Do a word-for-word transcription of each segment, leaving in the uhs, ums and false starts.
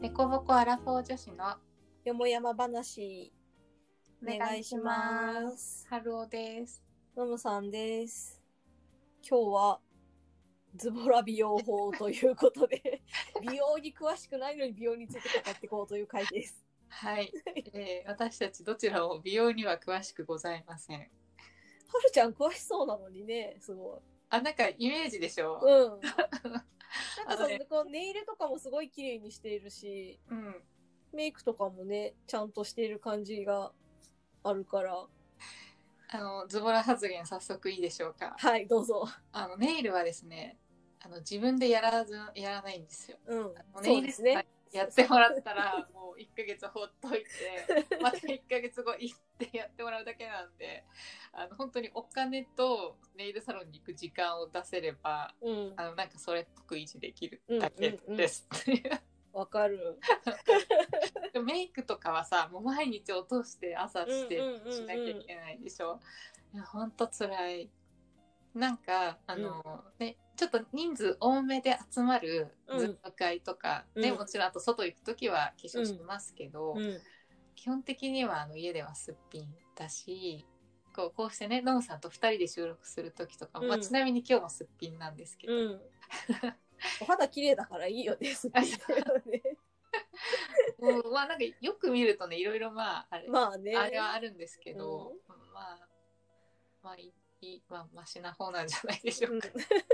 デコボコアラフォー女子のよもやま話お願いします。ハルオです。 ノムさんです。今日はズボラ美容法ということで美容に詳しくないのに美容について語っていこうという回です。 はい、えー、私たちどちらも美容には詳しくございません。 はるちゃん詳しそうなのにね、すごい。 あ、なんかイメージでしょ。 うんなんかその、ね、こうネイルとかもすごい綺麗にしているし、 うん、 メイクとかもねちゃんとしている感じがあるから、 あのズボラ発言早速いいでしょうか。 はい、どうぞ。 あのネイルはですね、あの自分でやらずやらないんですよ。 うん、 ネイルそうですね。 やってもらったらもういっかげつほっといてまたいっかげつご行ってやってもらうだけなんで、あの本当にお金とネイルサロンに行く時間を出せれば、うん、あのなんかそれっぽく維持できるだけです。 わ、うんうん、かる。 メイクとかはさ、もう毎日落として朝してしなきゃいけないでしょ。うんうんうんうん、いや本当つらい。なんかあの、うん、ね、ちょっと人数多めで集まるズーム会とか、うん、ね、もちろんあと外行くときは化粧しますけど、うんうん、基本的にはあの家ではすっぴんだし、こう、こうしてねノムさんとふたりで収録するときとか、うん、まあ、ちなみに今日もすっぴんなんですけど、うん、 お肌綺麗だからいいよね、すっぴんだよね。 うん、まあなんかよく見るとね、いろいろまああれ、 まあね、 あれはあるんですけど、うん、まあまあいい、まあマシな方なんじゃないでしょうか。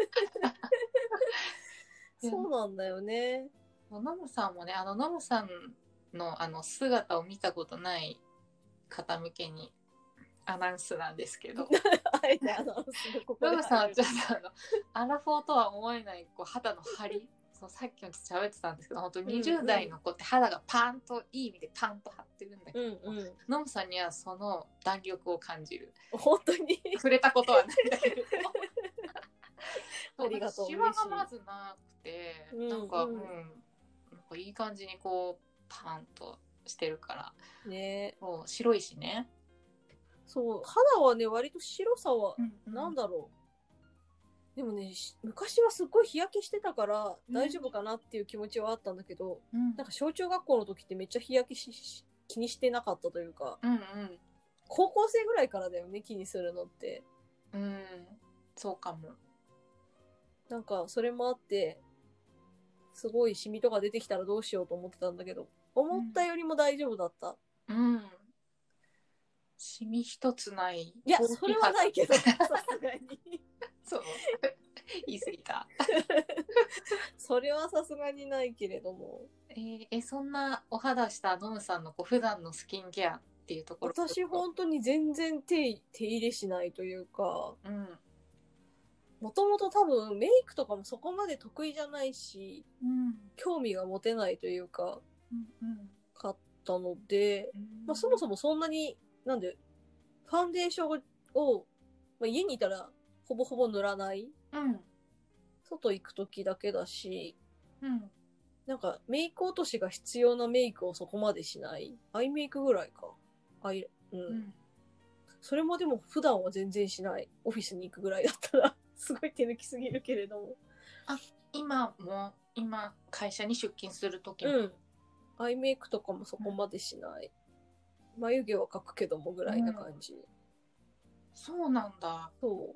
うん、そうなんだよね。 ノムさんもね、あのノムさんのあの姿を見たことない方向けにアナウンスなんですけど、 あえてアナウンスでここでノムさんはちょっとあのアラフォーとは思えないこう肌の張り、そうさっきも喋ってたんですけど、本当ににじゅう代の子って肌がパンと、いい意味でパンと張ってるんだけど、うんうん、ノムさんにはその弾力を感じる。 本当に触れたことはないんだけどありがとう。 シワがまずなくて、うんうん、なんか、うん、なんかいい感じにこうパンとしてるからね、もう白いしね。 そう、肌はね割と白さは、うんうん、なんだろう。でもね、昔はすっごい日焼けしてたから大丈夫かなっていう気持ちはあったんだけど、うん、なんか小中学校の時ってめっちゃ日焼けし気にしてなかったというか、うんうん、高校生ぐらいからだよね、気にするのって。 うん、そうかも。 なんかそれもあってすごいシミとか出てきたらどうしようと思ってたんだけど、思ったよりも大丈夫だった。うん、うん、 シミ一つない。 いや、それはないけどさすがにそう言い過ぎたそれはさすがにないけれども、 えー、えそんなお肌したノムさんのこう普段のスキンケアっていうところ、 私本当に全然 手, 手入れしないというか、もともと多分メイクとかもそこまで得意じゃないし、うん、興味が持てないというか、うんうん、かったので、うん、まあ、そもそもそんなになんでファンデーションを、まあ、家にいたらほぼほぼ塗らない、うん、外行く時だけだし、うん、なんかメイク落としが必要なメイクをそこまでしない。アイメイクぐらいか。アイ、うん。うん、それもでも普段は全然しない。オフィスに行くぐらいだったらすごい手抜きすぎるけれども。 あ、今も今会社に出勤する時も。 うん。アイメイクとかもそこまでしない。うん、眉毛は描くけどもぐらいな感じ。うん、 そうなんだ。 そう。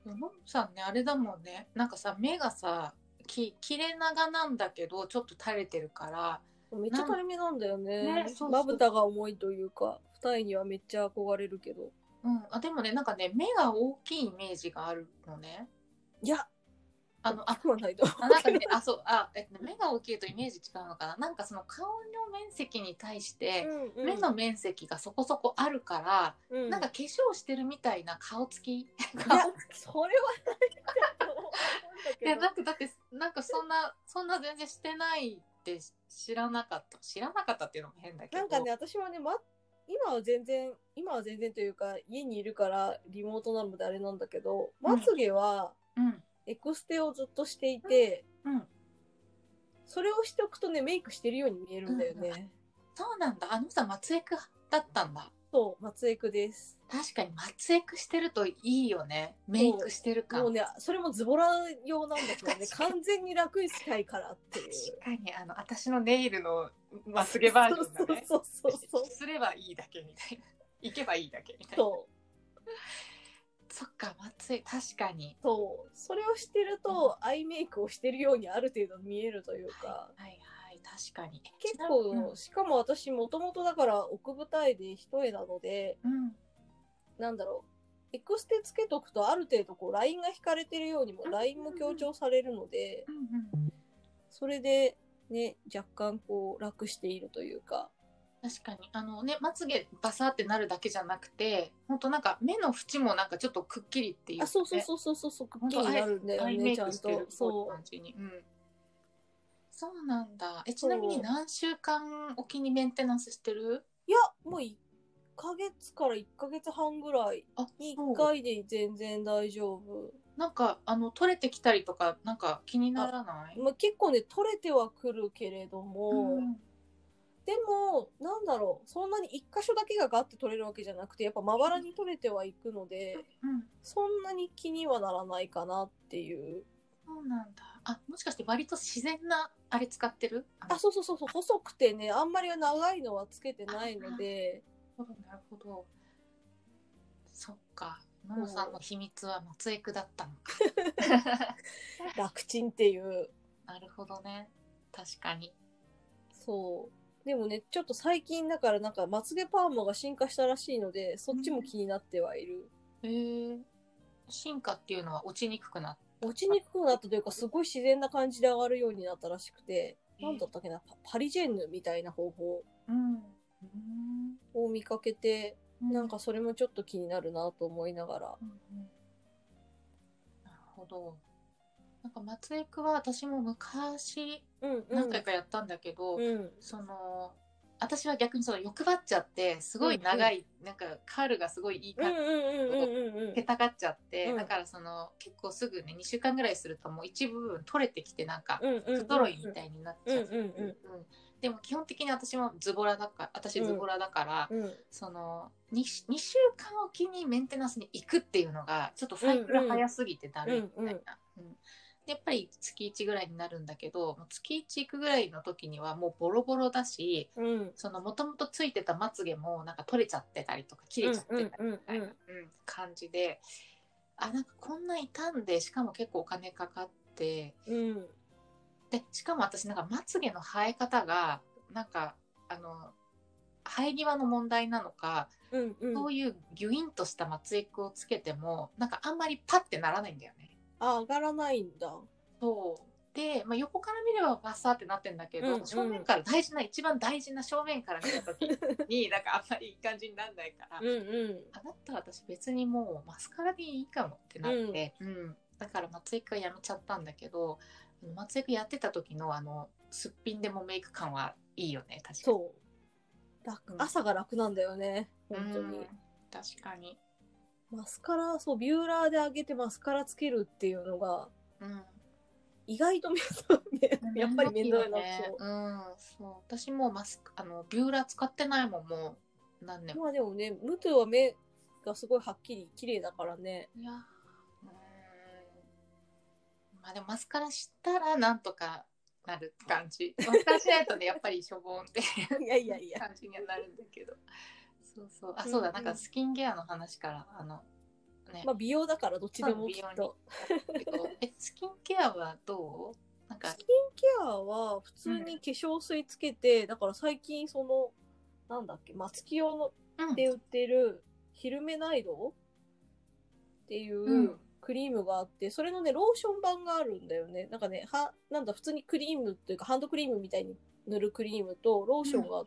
ノムさんね、あれだもんね。なんかさ、目がさ、き切れ長なんだけどちょっと垂れてるからめっちゃ垂れ目なんだよね。まぶたが重いというか二重にはめっちゃ憧れるけど、 うん、あでもねなんかね目が大きいイメージがあるのね。 いやあのあはないとあなんかねあそうあえっと目が大きいとイメージ違うのかな。なんかその顔の面積に対して目の面積がそこそこあるから、うんうん、なんか化粧してるみたいな顔つき。いやそれはないと思うんだけど。 いやなんかだってなんかそんなそんな全然してないって知らなかった知らなかったっていうのも変だけど、 なんかね私はね、ま、今は全然今は全然というか家にいるからリモートなのであれなんだけど、まつげはエクステをずっとしていて、うんうん、それをしておくとねメイクしてるように見えるんだよね、うん、 そうなんだ。あのさ松エクだったんだ。 そう松エクです。 確かに松エクしてるといいよね。メイクしてる感。 もうね、それもズボラ用なんだけどね、完全に楽したいからっていう。 確かに、あの、私のネイルのまつげバージョンだね。 そうそうそうそう。 すればいいだけみたいな。行けばいいだけみたいな。 そう。 そっか、松江、確かに。 そう。それをしてると、うん、アイメイクをしてるようにある程度見えるというか。 はいはいはい、確かに。 結構、うん、しかも私もともとだから奥舞台で一重なので、うん、なんだろう。エクステつけとくとある程度こうラインが引かれてるようにも、ラインも強調されるので、うんうん、それでね、若干こう楽しているというか。 確かに。あのね、まつげバサーってなるだけじゃなくて、ほんとなんか目の縁もなんかちょっとくっきりっていう、ね。 あ、そうそうそうそうそう、くっきりなるんだよね、ちゃんと。 そう。感じに。うん。そうなんだ。え、ちなみに何週間おきにメンテナンスしてる？ いや、もういっかげつからいっかげつはんぐらいにいっかいで全然大丈夫。 なんか、あの、取れてきたりとか、なんか気にならない？ まあ、結構ね、取れてはくるけれども、うん、でも、なんだろう、そんなに一箇所だけがガッて取れるわけじゃなくて、やっぱまばらに取れてはいくので、うん、そんなに気にはならないかなっていう。 そうなんだ。あ、もしかして割と自然なあれ使ってる？ あ、そうそうそうそう、細くてね、あんまり長いのはつけてないので。 なるほど、なるほど。そっか。ののさんの秘密は松エクだったのか。 楽ちんっていう。 なるほどね。確かに。 そう。でもね、ちょっと最近だからなんかまつげパーマが進化したらしいので、そっちも気になってはいる。 へ、うん、えー、進化っていうのは落ちにくくなった？ 落ちにくくなったというか、すごい自然な感じで上がるようになったらしくて、えー、なんだったっけな、パリジェンヌみたいな方法を見かけて、うん、なんかそれもちょっと気になるなと思いながら。うんうん、 なるほど。なんか松エクは私も昔何回かやったんだけど、うんうん、その私は逆にその欲張っちゃってすごい長い、うんうん、なんかカールがすごいいい感じでへたがっちゃって、うん、だからその結構すぐねにしゅうかんぐらいするともう一部分取れてきてなんか不揃いみたいになっちゃって、でも基本的に私もズボラだから私ズボラだから、うん、その 2, 2週間おきにメンテナンスに行くっていうのがちょっとサイクル早すぎてだるいみたいな。うんうんうんでやっぱり月いちぐらいになるんだけど月いち行くぐらいの時にはもうボロボロだし、うん、そのもともとついてたまつげもなんか取れちゃってたりとか切れちゃってたりみたいな感じで、あなんかこんな傷んでしかも結構お金かかって、うん、でしかも私なんかまつげの生え方がなんかあの生え際の問題なのか、うんうん、そういうギュインとしたまつエクをつけてもなんかあんまりパッてならないんだよね。 あ、上がらないんだ。 そうで、まあ、横から見ればバサーってなってんだけど、うんうん、正面から大事な一番大事な正面から見た時になんかあんまりいい感じにならないからうん、うん、あだったら私別にもうマスカラでいいかもってなって、うんうん、だから松エクはやめちゃったんだけど松エクやってた時のあのすっぴんでもメイク感はいいよね確かに。 そう楽、うん、朝が楽なんだよね本当に、うん、 確かに。 マスカラ、そう、ビューラーで上げてマスカラつけるっていうのが、うん、意外と面倒ね。やっぱり面倒な、 ね、そう。うん、そう。私もマスあのビューラー使ってないもん、もう何年も。 まあでもね、ムトゥは目がすごいはっきり綺麗だからね。いや、うん。 まあでもマスカラしたらなんとかなる感じ。マスカラしないとね、やっぱりしょぼんっていやいやいや感じにはなるんだけど。そうそう。あ、そうだ、うんうん、なんかスキンケアの話から、あの、 ね。まあ美容だからどっちでもきっと。 え、スキンケアはどう？なんかスキンケアは普通に化粧水つけて、うん、だから最近その、なんだっけ、松木用ので売ってるヒルメナイドっていうクリームがあって、それのね、ローション版があるんだよね。なんかね、は、なんだ、普通にクリームっていうかハンドクリームみたいに塗るクリームとローションがあって、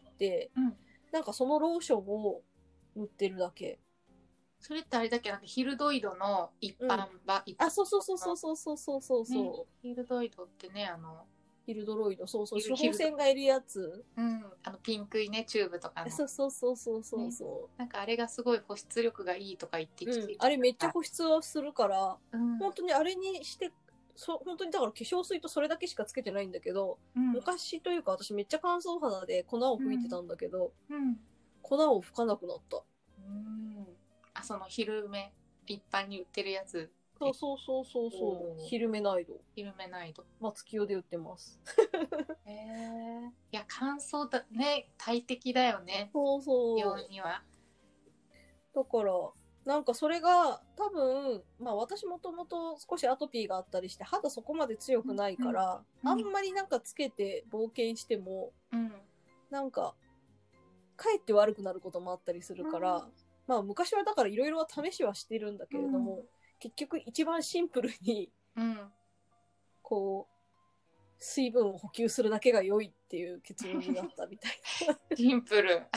うんうん、なんかそのローションを塗ってるだけ。 それってあれだっけ、なんかヒルドイドの一般版、 うん、あ、そうそうそうそうそうそうそうそうそう、 ね、ヒルドイドってね、あのヒルドロイド、そうそう、処方箋がいるやつ、 うん、あのピンクいねチューブとかの、 そうそうそうそうそうそう、ね、 なんかあれがすごい保湿力がいいとか言ってきて、うん、 あれめっちゃ保湿はするから、うん、本当にあれにしてそ本当にだから化粧水とそれだけしかつけてないんだけど、うん、昔というか私めっちゃ乾燥肌で粉を吹いてたんだけど、うんうん、粉を吹かなくなった。うんあ、その昼目一般に売ってるやつ。 そうそうそうそうそう。昼目ナイド。 昼目ナイド。 松清で売ってます。 へえ。いや、乾燥だね、大敵だよね。 そうそう。 用には。 だから、なんかそれが多分、まあ私もともと少しアトピーがあったりして肌そこまで強くないから、うんうん、あんまりなんかつけて冒険しても、うん、なんかかえって悪くなることもあったりするから、うん、まあ昔はだからいろいろ試しはしてるんだけれども、うん、結局一番シンプルに、うん、こう水分を補給するだけが良いっていう結論になったみたいな。 シンプル。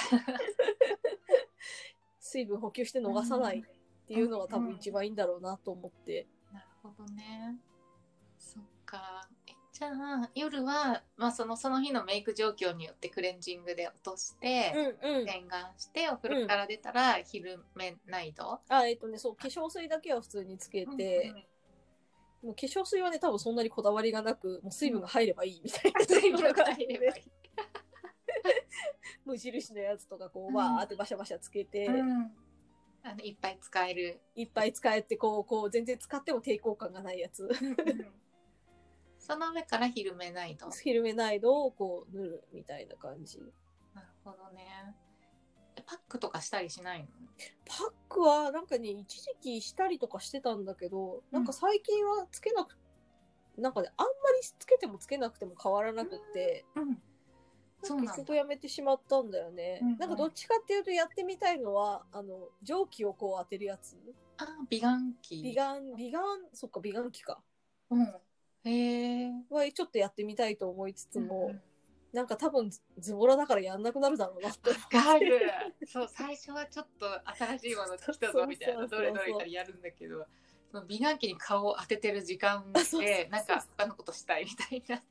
水分補給して逃さないっていうのが多分一番いいんだろうなと思って。 うんうん、なるほどね。そっか。えじゃあ夜は、まあ、そのその日のメイク状況によってクレンジングで落として、うんうん、洗顔してお風呂から出たら昼目ナイド、 うん、あえっとねそう化粧水だけは普通につけて、うんうん、もう化粧水はね多分そんなにこだわりがなく、もう水分が入ればいいみたいな、うん、水分が入ればいい無印のやつとかこうわーってバシャバシャつけて、うん、 あのいっぱい使えるいっぱい使えてこうこう全然使っても抵抗感がないやつ、うん、 その上から昼目ナイド昼目ナイドをこう塗るみたいな感じ。 なるほどね。パックとかしたりしないの？ パックはなんかね一時期したりとかしてたんだけど、なんか最近はつけなくなんかねあんまりつけてもつけなくても変わらなくて、うんうんそう結局やめてしまったんだよね、うんうん、なんかどっちかっていうとやってみたいのはあの蒸気をこう当てるやつ。 あ美顔器美顔美顔そっか美顔器か、 うん、へえはちょっとやってみたいと思いつつも、うんうん、なんか多分ズボラだからやんなくなるだろうなって思って。わかる。そう最初はちょっと新しいもの来たぞみたいなどれどれからやるんだけど、その美顔器に顔を当ててる時間でなんか他のことしたいみたいな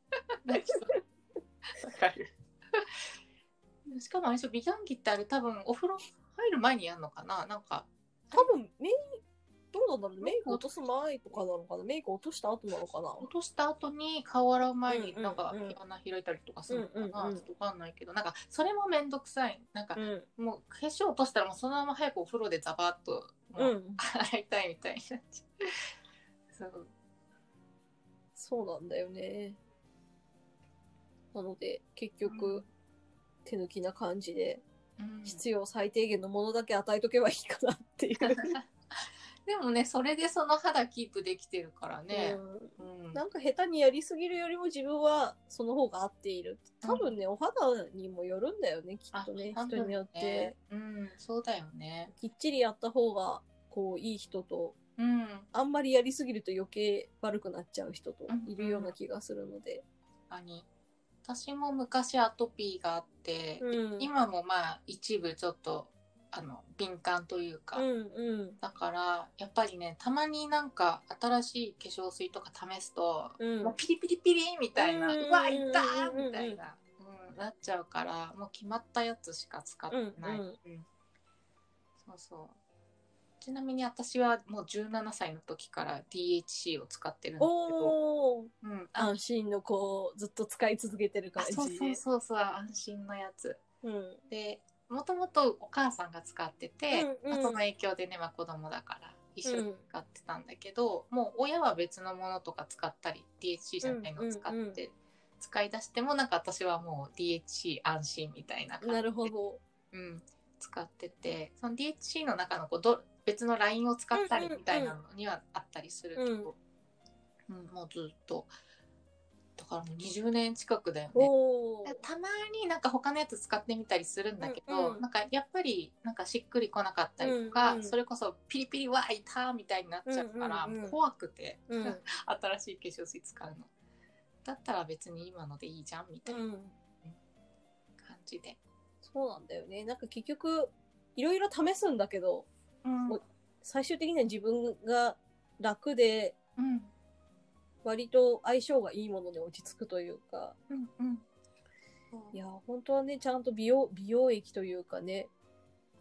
わかる。しかもあれでしょ、美顔器ってあれ多分お風呂入る前にやるのかな、なんか多分メイどうなんだろう、メイク落とす前とかなのかな、メイク落とした後なのかな、 落とした後に顔洗う前になんか穴開いたりとかするのかな、うんうんうん、ちょっとわかんないけど、なんかそれもめんどくさい。なんか、うん、もう化粧落としたらもうそのまま早くお風呂でザバッともう洗いたいみたいになっちゃう、うん、そうそうなんだよね。なので結局、うん、手抜きな感じで、うん、必要最低限のものだけ与えとけばいいかなっていうでもねそれでその肌キープできてるからね、 うんうん、なんか下手にやりすぎるよりも自分はその方が合っている。多分ね、うん、お肌にもよるんだよねきっとね、人によって、 うん、そうだよね。 きっちりやった方がこういい人と、うん、あんまりやりすぎると余計悪くなっちゃう人といるような気がするので、 うんうん、私も昔アトピーがあって、うん、今もまあ一部ちょっとあの敏感というか、うんうん、だからやっぱりねたまになんか新しい化粧水とか試すと、うん、もうピリピリピリみたいな、うん、うわいったーみたいな、うん、なっちゃうからもう決まったやつしか使ってない、うんうんうん、そうそう。ちなみに私はもうじゅうななさいの時から ディーエイチシー を使ってるんだけど、 うん、安心のこうずっと使い続けてる感じ。 そうそうそうそう安心のやつ、うん、でもともとお母さんが使ってて、うんうん、その影響でね、まあ、子供だから一緒に使ってたんだけど、うん、もう親は別のものとか使ったり ディーエイチシー じゃないの使って、うんうんうん、使い出してもなんか私はもう ディーエイチシー 安心みたいな感じで、 なるほど、 うん、使ってて、その ディーエイチシー の中のこうど別のラインを使ったりみたいなのにはあったりするけど、うんうんうん、もうずっとだからもうにじゅうねん近くだよね。たまになんか他のやつ使ってみたりするんだけど、うんうん、なんかやっぱりなんかしっくりこなかったりとか、うんうん、それこそピリピリわいたみたいになっちゃうから、うんうんうん、怖くて、うん、新しい化粧水使うのだったら別に今のでいいじゃんみたいな、うん、感じで。 そうなんだよね。なんか結局いろいろ試すんだけど、うん、もう最終的には自分が楽で、うん、割と相性がいいもので落ち着くというか、うんうん、いや本当はねちゃんと美容美容液というかね、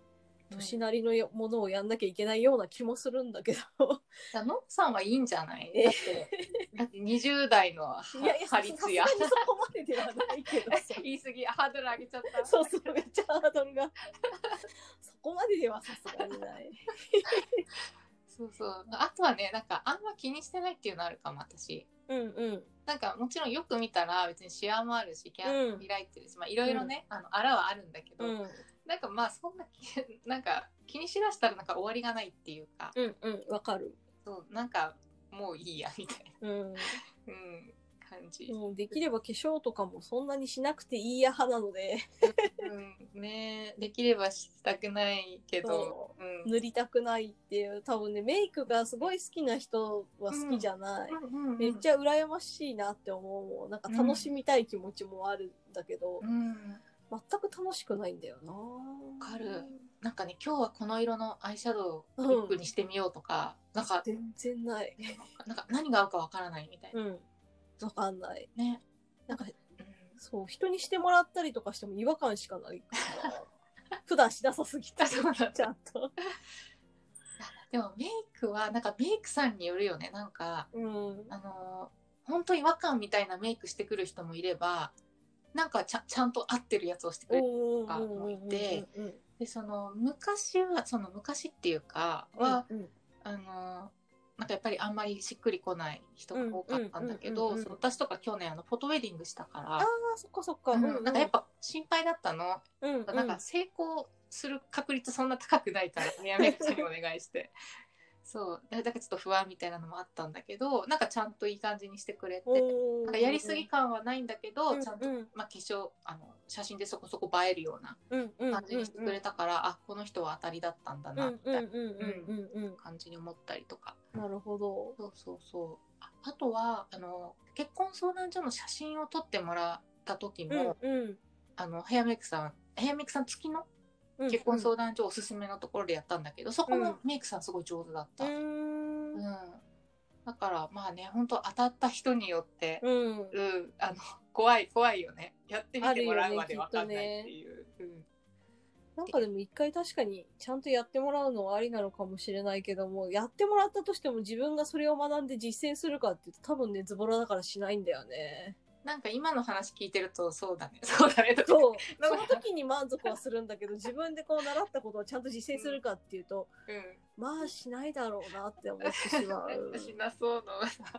年なりのものをやんなきゃいけないような気もするんだけど。 ノブさんはいいんじゃない？だって、だってにじゅう代のいやいや、 ハリツヤ。 さすがにそこまでではないけどさ。 言い過ぎ、ハードル上げちゃった。 そうそう、めっちゃハードルが。そこまでではさすがにない。 そうそう。あとはね、なんかあんま気にしてないっていうのあるかも、私。 うんうん。 なんかもちろんよく見たら別にシワもあるし、キャン開いてるし、まあいろいろね、あの、あらはあるんだけど、 うんなんかまあそんな、なんか気にしだしたらなんか終わりがないっていうか、 うんうん、わかる。 そう、なんかもういいや、みたいな。 うん。 うん。感じ。 もうできれば化粧とかもそんなにしなくていいや派なので、 うん、ねできればしたくないけど、 うん、塗りたくないっていう、多分ね、メイクがすごい好きな人は好きじゃない。 うんうんうんうん、 めっちゃ羨ましいなって思うもん。なんか楽しみたい気持ちもあるんだけど、 うん、 全く楽しくないんだよな。わかる。なんかね、今日はこの色のアイシャドウリップにしてみようとか、うん、なんか全然ない。 なんか何が合うかわからないみたいな。うん。 わかんない。 ね。 なんか、うん、そう、人にしてもらったりとかしても違和感しかないから。普段しなさすぎて、 そうちゃんと。 でもメイクは、なんかメイクさんによるよね。なんか、うん、あの、本当違和感みたいなメイクしてくる人もいれば、なんかちゃちゃんと合ってるやつをしてくれる人とかもいて、で、その、昔は、その昔っていうかは、うんうん、あの、なんかやっぱりあんまりしっくりこない人が多かったんだけど、私とか去年あのフォトウェディングしたから、 ああ、そっかそっか、 うんうん、なんかやっぱ心配だったの、うんうん、なんか成功する確率そんな高くないからヘアメイクさんにお願いしてそうだからちょっと不安みたいなのもあったんだけど、なんかちゃんといい感じにしてくれて、なんかやりすぎ感はないんだけど、うんうん、ちゃんと、まあ、化粧あの写真でそこそこ映えるような感じにしてくれたから、うんうんうんうん、あ、この人は当たりだったんだなみたいな感じに思ったりとか。 なるほど。 そうそうそう。あ, あとはあの結婚相談所の写真を撮ってもらった時も、うんうん、あのヘアメイクさんヘアメイクさん付きの結婚相談所おすすめのところでやったんだけど、うん、そこもメイクさんすごい上手だった。うん、うん、だからまあね、本当当たった人によって、うんうん、あの怖い怖いよね。やってみてもらうまで分かんないっていう。 なんかでも一回確かにちゃんとやってもらうのはありなのかもしれないけども、やってもらったとしても自分がそれを学んで実践するかって言うと多分ね、ズボラだからしないんだよね。 なんか今の話聞いてるとそうだね、そうだねとか。 そう。その時に満足はするんだけど、自分でこう習ったことをちゃんと実践するかっていうと、うんうん、まあしないだろうなって思ってしまう。 しなそうの。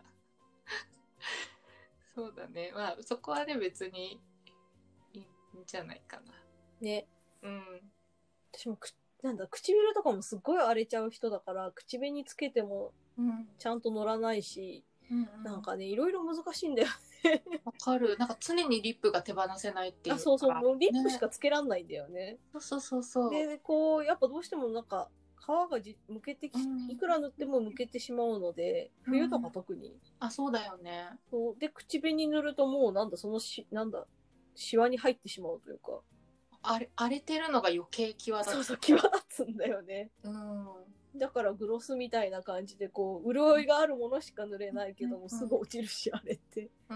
そうだね。まあそこはね、別にいいんじゃないかな。 ね。 うん。 私もくなんだ唇とかもすっごい荒れちゃう人だから、口紅つけてもちゃんと乗らないし、うんうん、なんかねいろいろ難しいんだよね。 わかる。なんか常にリップが手放せないっていうか。 あ、そうそう、もうリップしかつけらんないんだよね。 ね、そうそうそう。 でこうやっぱどうしてもなんか皮がじむけてき、うん、いくら塗ってもむけてしまうので、冬とか特に。うん、 あ、そうだよね。 そうで口紅塗るともうなんだそのしなんだシワに入ってしまうというか。 あれ荒れてるのが余計際立つ。 そうそう際立つんだよね。うん。だからグロスみたいな感じでこう潤いがあるものしか塗れないけども、うん、すぐ落ちるしあれって。うん。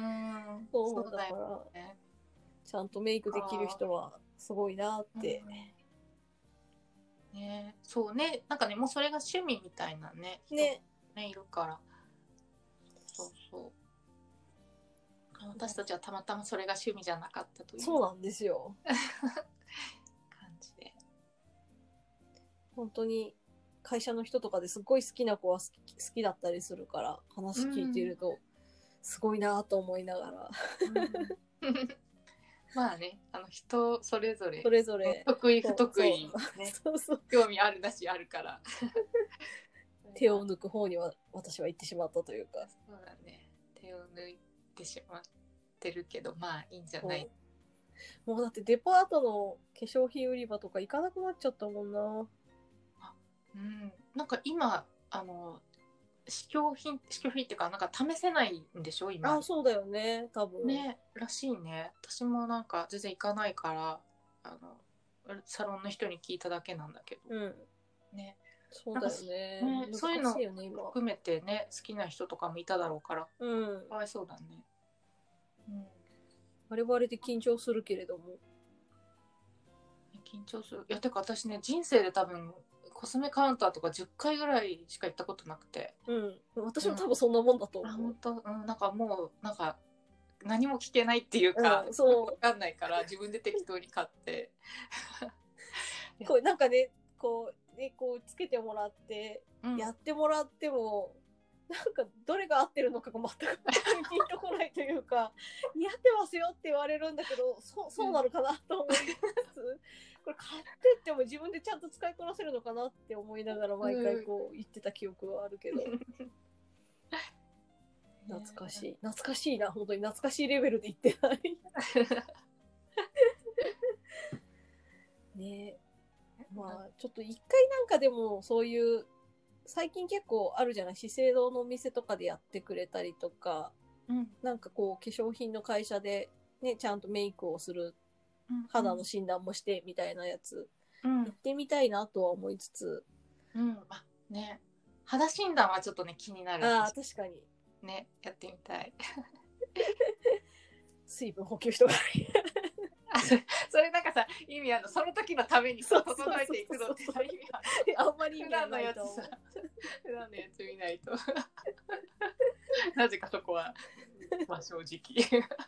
そうだから、ね、ちゃんとメイクできる人はすごいなって。 うん、ね、そうね、なんかねもうそれが趣味みたいなね。 ね。 ねいるから。そうそう。私たちはたまたまそれが趣味じゃなかったという。 そうなんですよ。感じで。 本当に会社の人とかですごい好きな子は好き、好きだったりするから話聞いてるとすごいなと思いながら。 うん、まあね、あの人それぞれそれぞれ得意不得意、ね、そうそう興味あるなしあるから手を抜く方には私は行ってしまったというか。 そうだね。手を抜いてしまってるけどまあいいんじゃない。 もうだってデパートの化粧品売り場とか行かなくなっちゃったもんな。 あ、うん、なんか今あの試供品試供品っていうかなんか試せないんでしょ今。 あ、そうだよね多分ねらしいね。私もなんか全然行かないからあのサロンの人に聞いただけなんだけど、うん、ね。 そうだよね。 ね、そういうの含めてね好きな人とかもいただろうから、うん、かわいそうだね。 うん、我々で緊張するけれども緊張する。いや、てか私ね、人生で多分、コスメカウンターとかじゅっかいぐらいしか行ったことなくて。 うん。私も多分そんなもんだと思う。 あ、本当、うん、なんかもう、なんか、何も聞けないっていうか、 うん、そう。 わかんないから、自分で適当に買って。 こうなんかね、こう、ね、こうつけてもらって、うん、やってもらっても、なんかどれが合ってるのかが全くピンとこないというか、似合ってますよって言われるんだけど、そそうなのかなと思いつつ、これ買ってっても自分でちゃんと使いこなせるのかなって思いながら毎回こう言ってた記憶はあるけど。懐かしい。懐かしいな、本当に懐かしいレベルで言ってない。ねえ。まあ、ちょっと一回なんかでもそういう、最近結構あるじゃない、資生堂のお店とかでやってくれたりとか、うん、なんかこう化粧品の会社でね、ちゃんとメイクをする、肌の診断もしてみたいなやつ、うん、行ってみたいなとは思いつつ。 うん、あ、ね。肌診断はちょっとね、気になる。 ああ、確かに。 ね、やってみたい。 水分補給しとかないあ、それ、それなんかさ、意味あるの、その時のためにさ、整えていくのってさ、意味ある。 あんまり意味普段のやつさ、普段のやつ見ないと。なぜかそこは、まあ正直。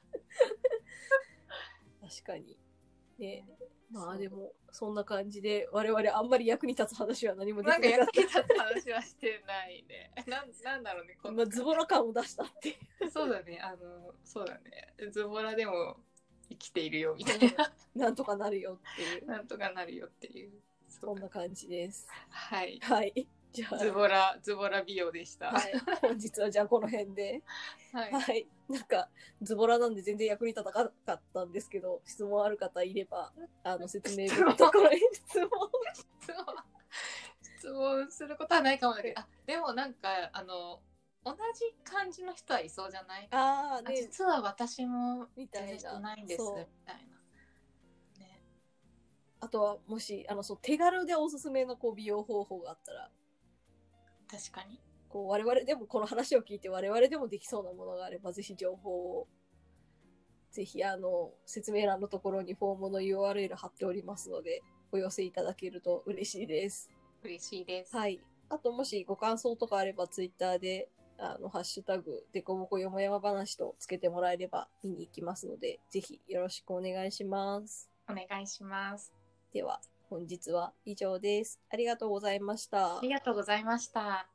確かに。ね、まあでも、そんな感じで、我々あんまり役に立つ話は何もできなかった。 なんか役に立つ話はしてないね。なん、なんだろうね、 こんなズボラ感を出したっていう。 そうだね、あの、そうだね。ズボラでも生きているよ、みたいな。 なんとかなるよっていう。 なんとかなるよっていう。 そんな感じです。 はい。 はい。じゃあ。 ズボラ、ズボラ美容でした。 はい。本日はじゃあこの辺で。はい。はい。なんか、ズボラなんで全然役に立たなかったんですけど、質問ある方いれば、あの、説明文のところに質問。 質問。質問することはないかもだけど、あ、でもなんか、あの、同じ感じの人はいそうじゃない？ ああ、ね。 実は私も全然してないんです、みたいな。ね。 あとは、もし、あの、そう、手軽でおすすめのこう美容方法があったら、 確かに。 こう我々でもこの話を聞いて我々でもできそうなものがあればぜひ情報をぜひあの説明欄のところにフォームの ユーアールエル 貼っておりますのでお寄せいただけると嬉しいです。 嬉しいです。 はい。あともしご感想とかあればツイッターであのハッシュタグでこぼこよもやま話とつけてもらえれば見に行きますのでぜひよろしくお願いします。 お願いします。 では本日は以上です。ありがとうございました。 ありがとうございました。